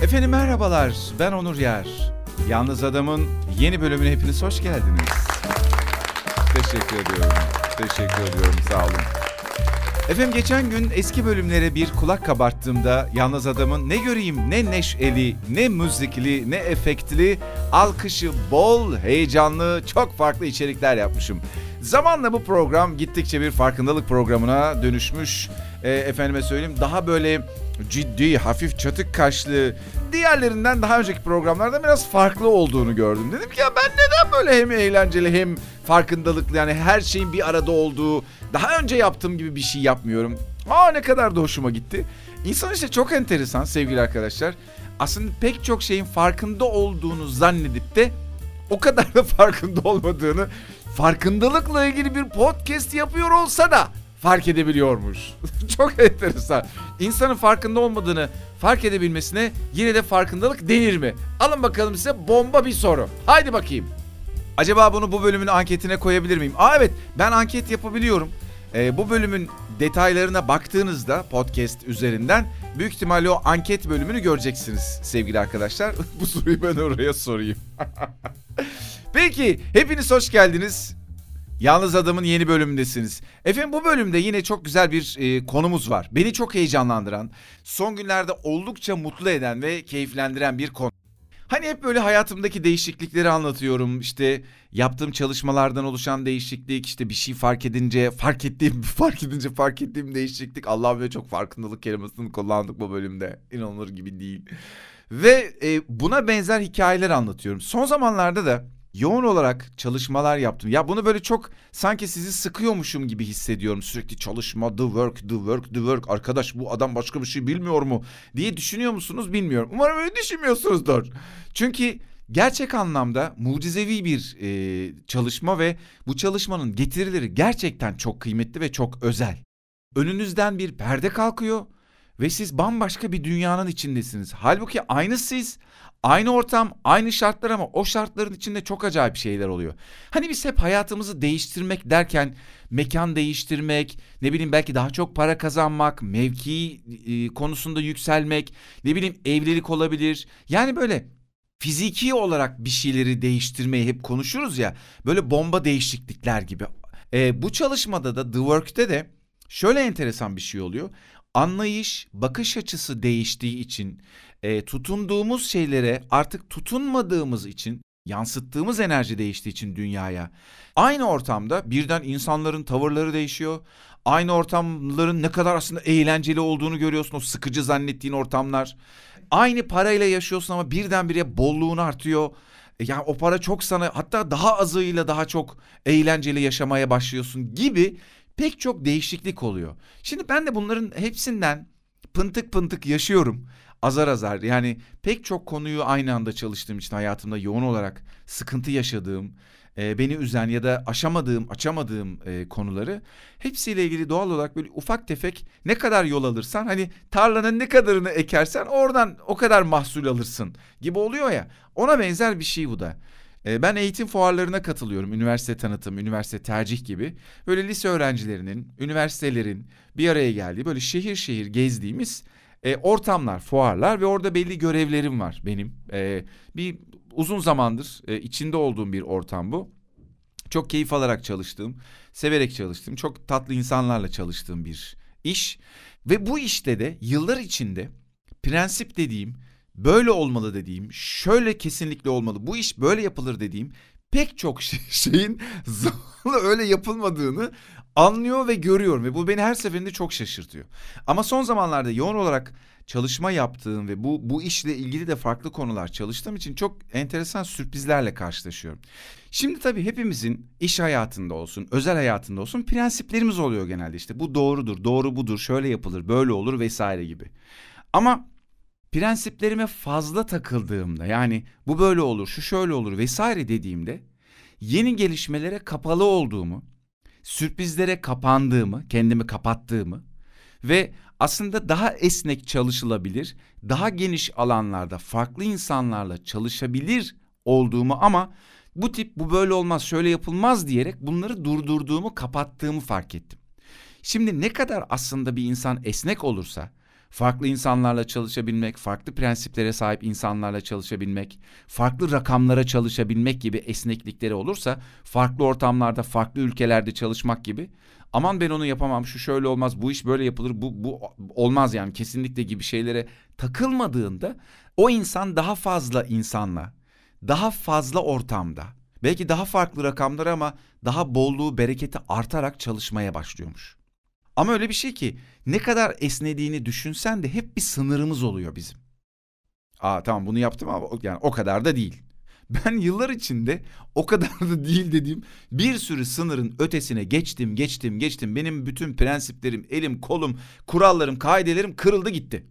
Efendim merhabalar, ben Onur Yer. Yalnız Adam'ın yeni bölümüne hepiniz hoş geldiniz. Teşekkür ediyorum, sağ olun. Efendim geçen gün eski bölümlere bir kulak kabarttığımda Yalnız Adam'ın ne göreyim ne neşeli, ne müzikli, ne efektli, alkışı bol, heyecanlı, çok farklı içerikler yapmışım. Zamanla bu program gittikçe bir farkındalık programına dönüşmüş. Efendime söyleyeyim daha böyle ciddi, hafif çatık kaşlı, diğerlerinden daha önceki programlarda biraz farklı olduğunu gördüm. Dedim ki ya ben neden böyle hem eğlenceli hem farkındalıklı, yani her şeyin bir arada olduğu, daha önce yaptığım gibi bir şey yapmıyorum. Ne kadar da hoşuma gitti. İnsan işte çok enteresan sevgili arkadaşlar. Aslında pek çok şeyin farkında olduğunu zannedip de o kadar da farkında olmadığını, farkındalıkla ilgili bir podcast yapıyor olsa da fark edebiliyormuş. Çok enteresan. İnsanın farkında olmadığını fark edebilmesine yine de farkındalık denir mi? Alın bakalım size bomba bir soru. Haydi bakayım. Acaba bunu bu bölümün anketine koyabilir miyim? Evet, ben anket yapabiliyorum. Bu bölümün detaylarına baktığınızda podcast üzerinden büyük ihtimalle o anket bölümünü göreceksiniz sevgili arkadaşlar. Bu soruyu ben oraya sorayım. Peki, hepiniz hoş geldiniz. Yalnız Adam'ın yeni bölümündesiniz. Efendim bu bölümde yine çok güzel bir konumuz var. Beni çok heyecanlandıran, son günlerde oldukça mutlu eden ve keyiflendiren bir konu. Hani hep böyle hayatımdaki değişiklikleri anlatıyorum. İşte yaptığım çalışmalardan oluşan değişiklik, işte bir şey fark ettiğim değişiklik. Allah'ım ve çok farkındalık kelimesini kullandık bu bölümde. İnanılır gibi değil. Ve buna benzer hikayeler anlatıyorum. Son zamanlarda da yoğun olarak çalışmalar yaptım. Ya bunu böyle çok sanki sizi sıkıyormuşum gibi hissediyorum. Sürekli çalışma, the work. Arkadaş bu adam başka bir şey bilmiyor mu diye düşünüyor musunuz bilmiyorum. Umarım öyle düşünmüyorsunuzdur. Çünkü gerçek anlamda mucizevi bir çalışma ve bu çalışmanın getirileri gerçekten çok kıymetli ve çok özel. Önünüzden bir perde kalkıyor ve siz bambaşka bir dünyanın içindesiniz. Halbuki aynı siz, aynı ortam, aynı şartlar ama o şartların içinde çok acayip şeyler oluyor. Hani biz hep hayatımızı değiştirmek derken mekan değiştirmek, ne bileyim belki daha çok para kazanmak, mevki konusunda yükselmek, ne bileyim evlilik olabilir. Yani böyle fiziki olarak bir şeyleri değiştirmeyi hep konuşuruz ya, böyle bomba değişiklikler gibi. Bu çalışmada da The Work'te de şöyle enteresan bir şey oluyor. Anlayış, bakış açısı değiştiği için, tutunduğumuz şeylere artık tutunmadığımız için, yansıttığımız enerji değiştiği için dünyaya, aynı ortamda birden insanların tavırları değişiyor. Aynı ortamların ne kadar aslında eğlenceli olduğunu görüyorsun, o sıkıcı zannettiğin ortamlar. Aynı parayla yaşıyorsun ama birdenbire bolluğun artıyor. Yani o para çok sana, hatta daha azıyla daha çok eğlenceli yaşamaya başlıyorsun gibi pek çok değişiklik oluyor. Şimdi ben de bunların hepsinden pıntık pıntık yaşıyorum. Azar azar, yani pek çok konuyu aynı anda çalıştığım için hayatımda yoğun olarak sıkıntı yaşadığım, beni üzen ya da açamadığım konuları, hepsiyle ilgili doğal olarak böyle ufak tefek, ne kadar yol alırsan, hani tarlanın ne kadarını ekersen oradan o kadar mahsul alırsın gibi oluyor ya, ona benzer bir şey bu da. Ben eğitim fuarlarına katılıyorum. Üniversite tanıtım, üniversite tercih gibi. Böyle lise öğrencilerinin, üniversitelerin bir araya geldiği, böyle şehir şehir gezdiğimiz ortamlar, fuarlar ve orada belli görevlerim var benim. Bir uzun zamandır içinde olduğum bir ortam bu. Çok keyif alarak çalıştığım, severek çalıştığım, çok tatlı insanlarla çalıştığım bir iş. Ve bu işte de yıllar içinde prensip dediğim, böyle olmalı dediğim, şöyle kesinlikle olmalı, bu iş böyle yapılır dediğim pek çok şeyin zamanla öyle yapılmadığını anlıyor ve görüyorum. Ve bu beni her seferinde çok şaşırtıyor. Ama son zamanlarda yoğun olarak çalışma yaptığım ve bu işle ilgili de farklı konular çalıştığım için çok enteresan sürprizlerle karşılaşıyorum. Şimdi tabii hepimizin iş hayatında olsun, özel hayatında olsun prensiplerimiz oluyor genelde. İşte bu doğrudur, doğru budur, şöyle yapılır, böyle olur vesaire gibi. Ama prensiplerime fazla takıldığımda, yani bu böyle olur, şu şöyle olur vesaire dediğimde, yeni gelişmelere kapalı olduğumu, sürprizlere kapandığımı, kendimi kapattığımı ve aslında daha esnek çalışılabilir, daha geniş alanlarda farklı insanlarla çalışabilir olduğumu ama bu böyle olmaz, şöyle yapılmaz diyerek bunları durdurduğumu, kapattığımı fark ettim. Şimdi ne kadar aslında bir insan esnek olursa, Farklı insanlarla çalışabilmek, farklı prensiplere sahip insanlarla çalışabilmek, farklı rakamlara çalışabilmek gibi esneklikleri olursa, farklı ortamlarda, farklı ülkelerde çalışmak gibi, aman ben onu yapamam, şu şöyle olmaz, bu iş böyle yapılır, bu olmaz yani kesinlikle gibi şeylere takılmadığında, o insan daha fazla insanla, daha fazla ortamda, belki daha farklı rakamlar ama daha bolluğu, bereketi artarak çalışmaya başlıyormuş. Ama öyle bir şey ki ne kadar esnediğini düşünsen de hep bir sınırımız oluyor bizim. Tamam bunu yaptım ama yani o kadar da değil. Ben yıllar içinde o kadar da değil dediğim bir sürü sınırın ötesine geçtim. Benim bütün prensiplerim, elim, kolum, kurallarım, kaidelerim kırıldı gitti.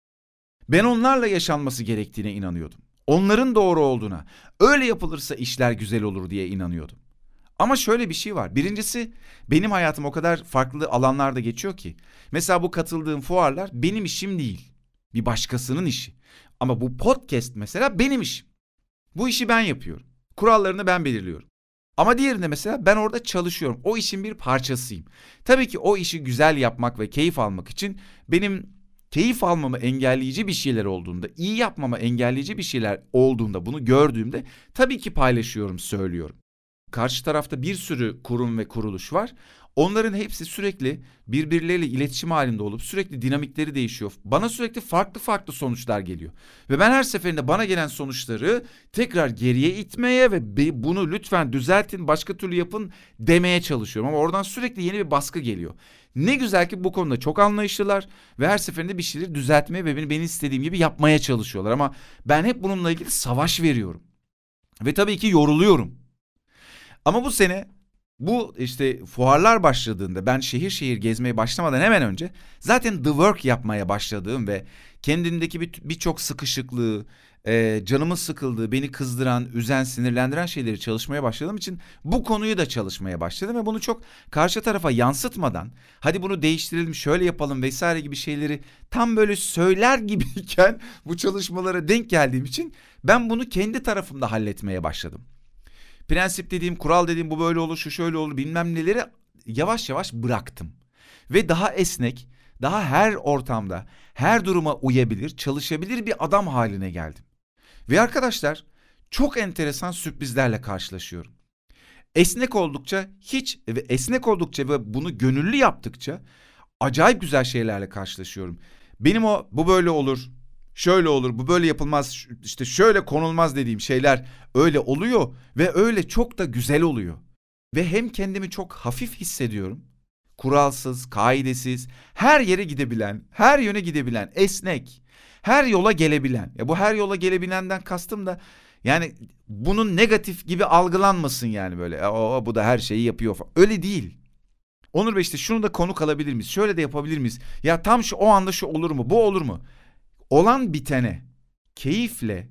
Ben onlarla yaşanması gerektiğine inanıyordum. Onların doğru olduğuna, öyle yapılırsa işler güzel olur diye inanıyordum. Ama şöyle bir şey var. Birincisi, benim hayatım o kadar farklı alanlarda geçiyor ki. Mesela bu katıldığım fuarlar benim işim değil. Bir başkasının işi. Ama bu podcast mesela benim işim. Bu işi ben yapıyorum. Kurallarını ben belirliyorum. Ama diğerinde mesela ben orada çalışıyorum. O işin bir parçasıyım. Tabii ki o işi güzel yapmak ve keyif almak için benim keyif almamı engelleyici bir şeyler olduğunda, iyi yapmamı engelleyici bir şeyler olduğunda, bunu gördüğümde tabii ki paylaşıyorum, söylüyorum. Karşı tarafta bir sürü kurum ve kuruluş var. Onların hepsi sürekli birbirleriyle iletişim halinde olup sürekli dinamikleri değişiyor. Bana sürekli farklı sonuçlar geliyor. Ve ben her seferinde bana gelen sonuçları tekrar geriye itmeye ve bunu lütfen düzeltin, başka türlü yapın demeye çalışıyorum. Ama oradan sürekli yeni bir baskı geliyor. Ne güzel ki bu konuda çok anlayışlılar ve her seferinde bir şeyleri düzeltmeye ve benim istediğim gibi yapmaya çalışıyorlar. Ama ben hep bununla ilgili savaş veriyorum. Ve tabii ki yoruluyorum. Ama bu sene bu işte fuarlar başladığında ben şehir şehir gezmeye başlamadan hemen önce zaten The Work yapmaya başladığım ve kendimdeki birçok sıkışıklığı, canımın sıkıldığı, beni kızdıran, üzen, sinirlendiren şeyleri çalışmaya başladığım için bu konuyu da çalışmaya başladım ve bunu çok karşı tarafa yansıtmadan hadi bunu değiştirelim, şöyle yapalım vesaire gibi şeyleri tam böyle söyler gibiyken bu çalışmalara denk geldiğim için ben bunu kendi tarafımda halletmeye başladım. Prensip dediğim, kural dediğim bu böyle olur, şu şöyle olur bilmem neleri yavaş yavaş bıraktım. Ve daha esnek, daha her ortamda, her duruma uyabilir, çalışabilir bir adam haline geldim. Ve arkadaşlar çok enteresan sürprizlerle karşılaşıyorum. Esnek oldukça ve bunu gönüllü yaptıkça acayip güzel şeylerle karşılaşıyorum. Benim bu böyle olur, şöyle olur, bu böyle yapılmaz, işte şöyle konulmaz dediğim şeyler öyle oluyor ve öyle çok da güzel oluyor. Ve hem kendimi çok hafif hissediyorum, kuralsız, kaidesiz, her yere gidebilen, her yöne gidebilen, esnek, her yola gelebilen. Bu her yola gelebilenden kastım da yani bunun negatif gibi algılanmasın yani böyle. Bu da her şeyi yapıyor falan. Öyle değil. Onur Bey işte şunu da konuk alabilir miyiz? Şöyle de yapabilir miyiz? Ya tam o anda şu olur mu? Bu olur mu? Olan bitene keyifle,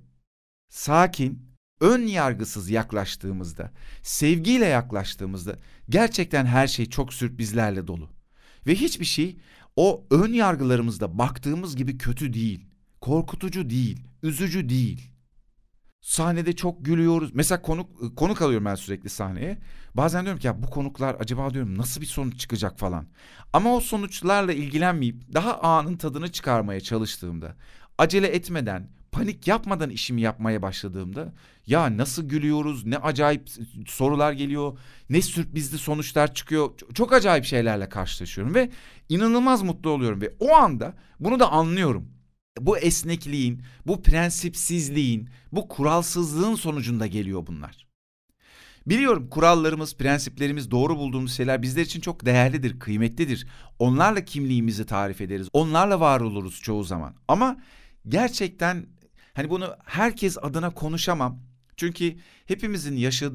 sakin, ön yargısız yaklaştığımızda, sevgiyle yaklaştığımızda gerçekten her şey çok sürprizlerle dolu. Ve hiçbir şey o ön yargılarımızda baktığımız gibi kötü değil, korkutucu değil, üzücü değil. Sahnede çok gülüyoruz. Mesela konuk alıyorum ben sürekli sahneye. Bazen diyorum ki ya bu konuklar acaba diyorum nasıl bir sonuç çıkacak falan. Ama o sonuçlarla ilgilenmeyip daha anın tadını çıkarmaya çalıştığımda, acele etmeden, panik yapmadan işimi yapmaya başladığımda ya nasıl gülüyoruz, ne acayip sorular geliyor, ne sürprizli sonuçlar çıkıyor. Çok acayip şeylerle karşılaşıyorum ve inanılmaz mutlu oluyorum ve o anda bunu da anlıyorum. Bu esnekliğin, bu prensipsizliğin, bu kuralsızlığın sonucunda geliyor bunlar. Biliyorum kurallarımız, prensiplerimiz, doğru bulduğumuz şeyler bizler için çok değerlidir, kıymetlidir. Onlarla kimliğimizi tarif ederiz, onlarla var oluruz çoğu zaman. Ama gerçekten hani bunu herkes adına konuşamam. Çünkü hepimizin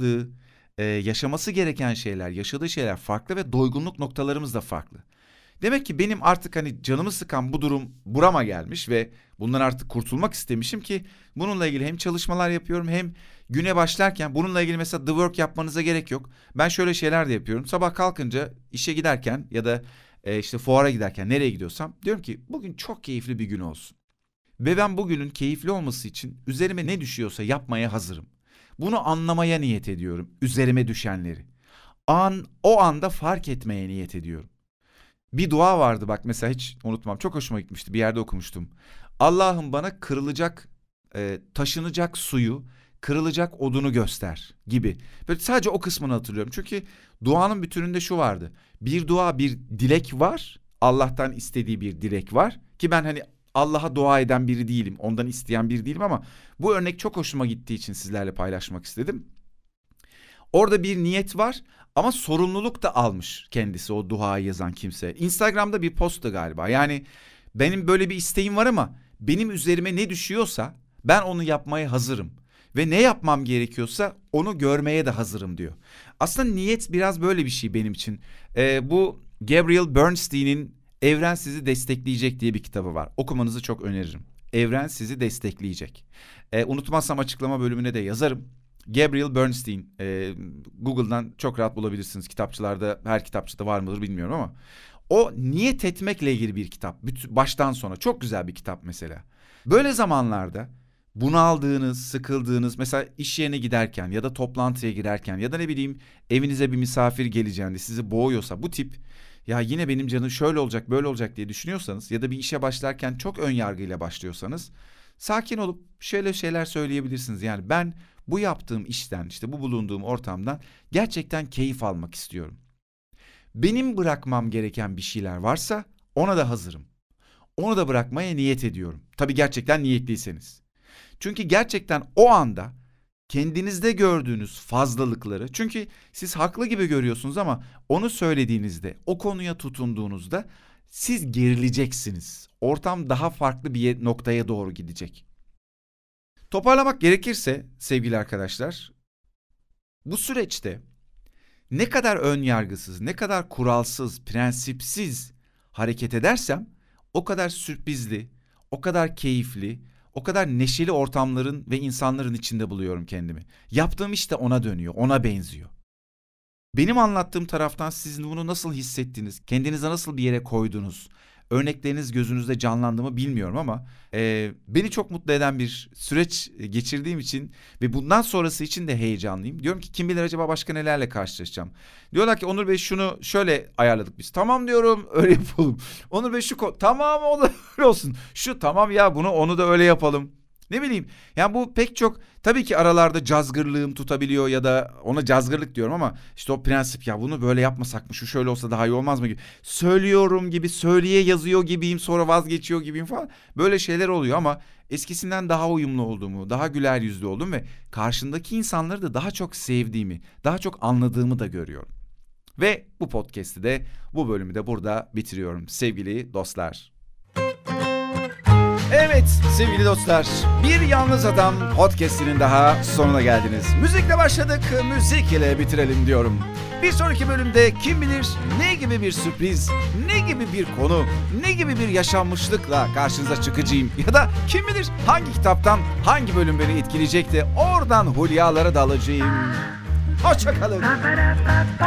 yaşaması gereken şeyler, yaşadığı şeyler farklı ve doygunluk noktalarımız da farklı. Demek ki benim artık hani canımı sıkan bu durum burama gelmiş ve bundan artık kurtulmak istemişim ki bununla ilgili hem çalışmalar yapıyorum hem güne başlarken bununla ilgili mesela The Work yapmanıza gerek yok. Ben şöyle şeyler de yapıyorum. Sabah kalkınca işe giderken ya da işte fuara giderken nereye gidiyorsam diyorum ki bugün çok keyifli bir gün olsun. Ve ben bugünün keyifli olması için üzerime ne düşüyorsa yapmaya hazırım. Bunu anlamaya niyet ediyorum, üzerime düşenleri. O anda fark etmeye niyet ediyorum. Bir dua vardı bak mesela, hiç unutmam. Çok hoşuma gitmişti. Bir yerde okumuştum. Allah'ım bana kırılacak, taşınacak suyu, kırılacak odunu göster gibi. Böyle sadece o kısmını hatırlıyorum. Çünkü duanın bütününde şu vardı. Bir dua, bir dilek var. Allah'tan istediği bir dilek var. Ki ben hani Allah'a dua eden biri değilim. Ondan isteyen biri değilim ama bu örnek çok hoşuma gittiği için sizlerle paylaşmak istedim. Orada bir niyet var ama sorumluluk da almış kendisi, o duayı yazan kimse. Instagram'da bir posttu galiba. Yani benim böyle bir isteğim var ama benim üzerime ne düşüyorsa ben onu yapmaya hazırım. Ve ne yapmam gerekiyorsa onu görmeye de hazırım diyor. Aslında niyet biraz böyle bir şey benim için. Bu Gabriel Bernstein'in Evren Sizi Destekleyecek diye bir kitabı var. Okumanızı çok öneririm. Evren Sizi Destekleyecek. Unutmazsam açıklama bölümüne de yazarım. Gabriel Bernstein, Google'dan çok rahat bulabilirsiniz. Kitapçılarda, her kitapçıda var mıdır bilmiyorum ama o niyet etmekle ilgili bir kitap. Baştan sona çok güzel bir kitap mesela. Böyle zamanlarda bunaldığınız, sıkıldığınız, mesela iş yerine giderken ya da toplantıya girerken ya da ne bileyim evinize bir misafir geleceğinde sizi boğuyorsa, bu tip ya yine benim canım şöyle olacak böyle olacak diye düşünüyorsanız ya da bir işe başlarken çok ön yargıyla başlıyorsanız, sakin olup şöyle şeyler söyleyebilirsiniz. Yani ben bu yaptığım işten, işte bu bulunduğum ortamdan gerçekten keyif almak istiyorum. Benim bırakmam gereken bir şeyler varsa ona da hazırım. Onu da bırakmaya niyet ediyorum. Tabii gerçekten niyetliyseniz. Çünkü gerçekten o anda kendinizde gördüğünüz fazlalıkları, çünkü siz haklı gibi görüyorsunuz ama onu söylediğinizde, o konuya tutunduğunuzda siz gerileceksiniz. Ortam daha farklı bir noktaya doğru gidecek. Toparlamak gerekirse sevgili arkadaşlar, bu süreçte ne kadar ön yargısız, ne kadar kuralsız, prensipsiz hareket edersem o kadar sürprizli, o kadar keyifli, o kadar neşeli ortamların ve insanların içinde buluyorum kendimi. Yaptığım iş de ona dönüyor, ona benziyor. Benim anlattığım taraftan siz bunu nasıl hissettiniz, kendinize nasıl bir yere koydunuz, örnekleriniz gözünüzde canlandı mı bilmiyorum ama beni çok mutlu eden bir süreç geçirdiğim için ve bundan sonrası için de heyecanlıyım. Diyorum ki kim bilir acaba başka nelerle karşılaşacağım. Diyorlar ki Onur Bey şunu şöyle ayarladık biz. Tamam diyorum, öyle yapalım. Onur Bey tamam o da öyle olsun. Şu tamam ya, onu da öyle yapalım. Ne bileyim, yani bu pek çok tabii ki aralarda cazgırlığım tutabiliyor ya da ona cazgırlık diyorum ama işte o prensip, ya bunu böyle yapmasak mı, şu şöyle olsa daha iyi olmaz mı gibi söylüyorum gibi, yazıyor gibiyim, sonra vazgeçiyor gibiyim falan, böyle şeyler oluyor ama eskisinden daha uyumlu olduğumu, daha güler yüzlü olduğumu ve karşındaki insanları da daha çok sevdiğimi, daha çok anladığımı da görüyorum. Ve bu podcast'i de, bu bölümü de burada bitiriyorum sevgili dostlar. Evet sevgili dostlar, Bir Yalnız Adam podcast'inin daha sonuna geldiniz. Müzikle başladık, müzik ile bitirelim diyorum. Bir sonraki bölümde kim bilir ne gibi bir sürpriz, ne gibi bir konu, ne gibi bir yaşanmışlıkla karşınıza çıkacağım. Ya da kim bilir hangi kitaptan hangi bölüm beni etkileyecek de oradan hulyalara dalacağım. Hoşça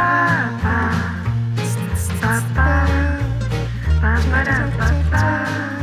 kalın.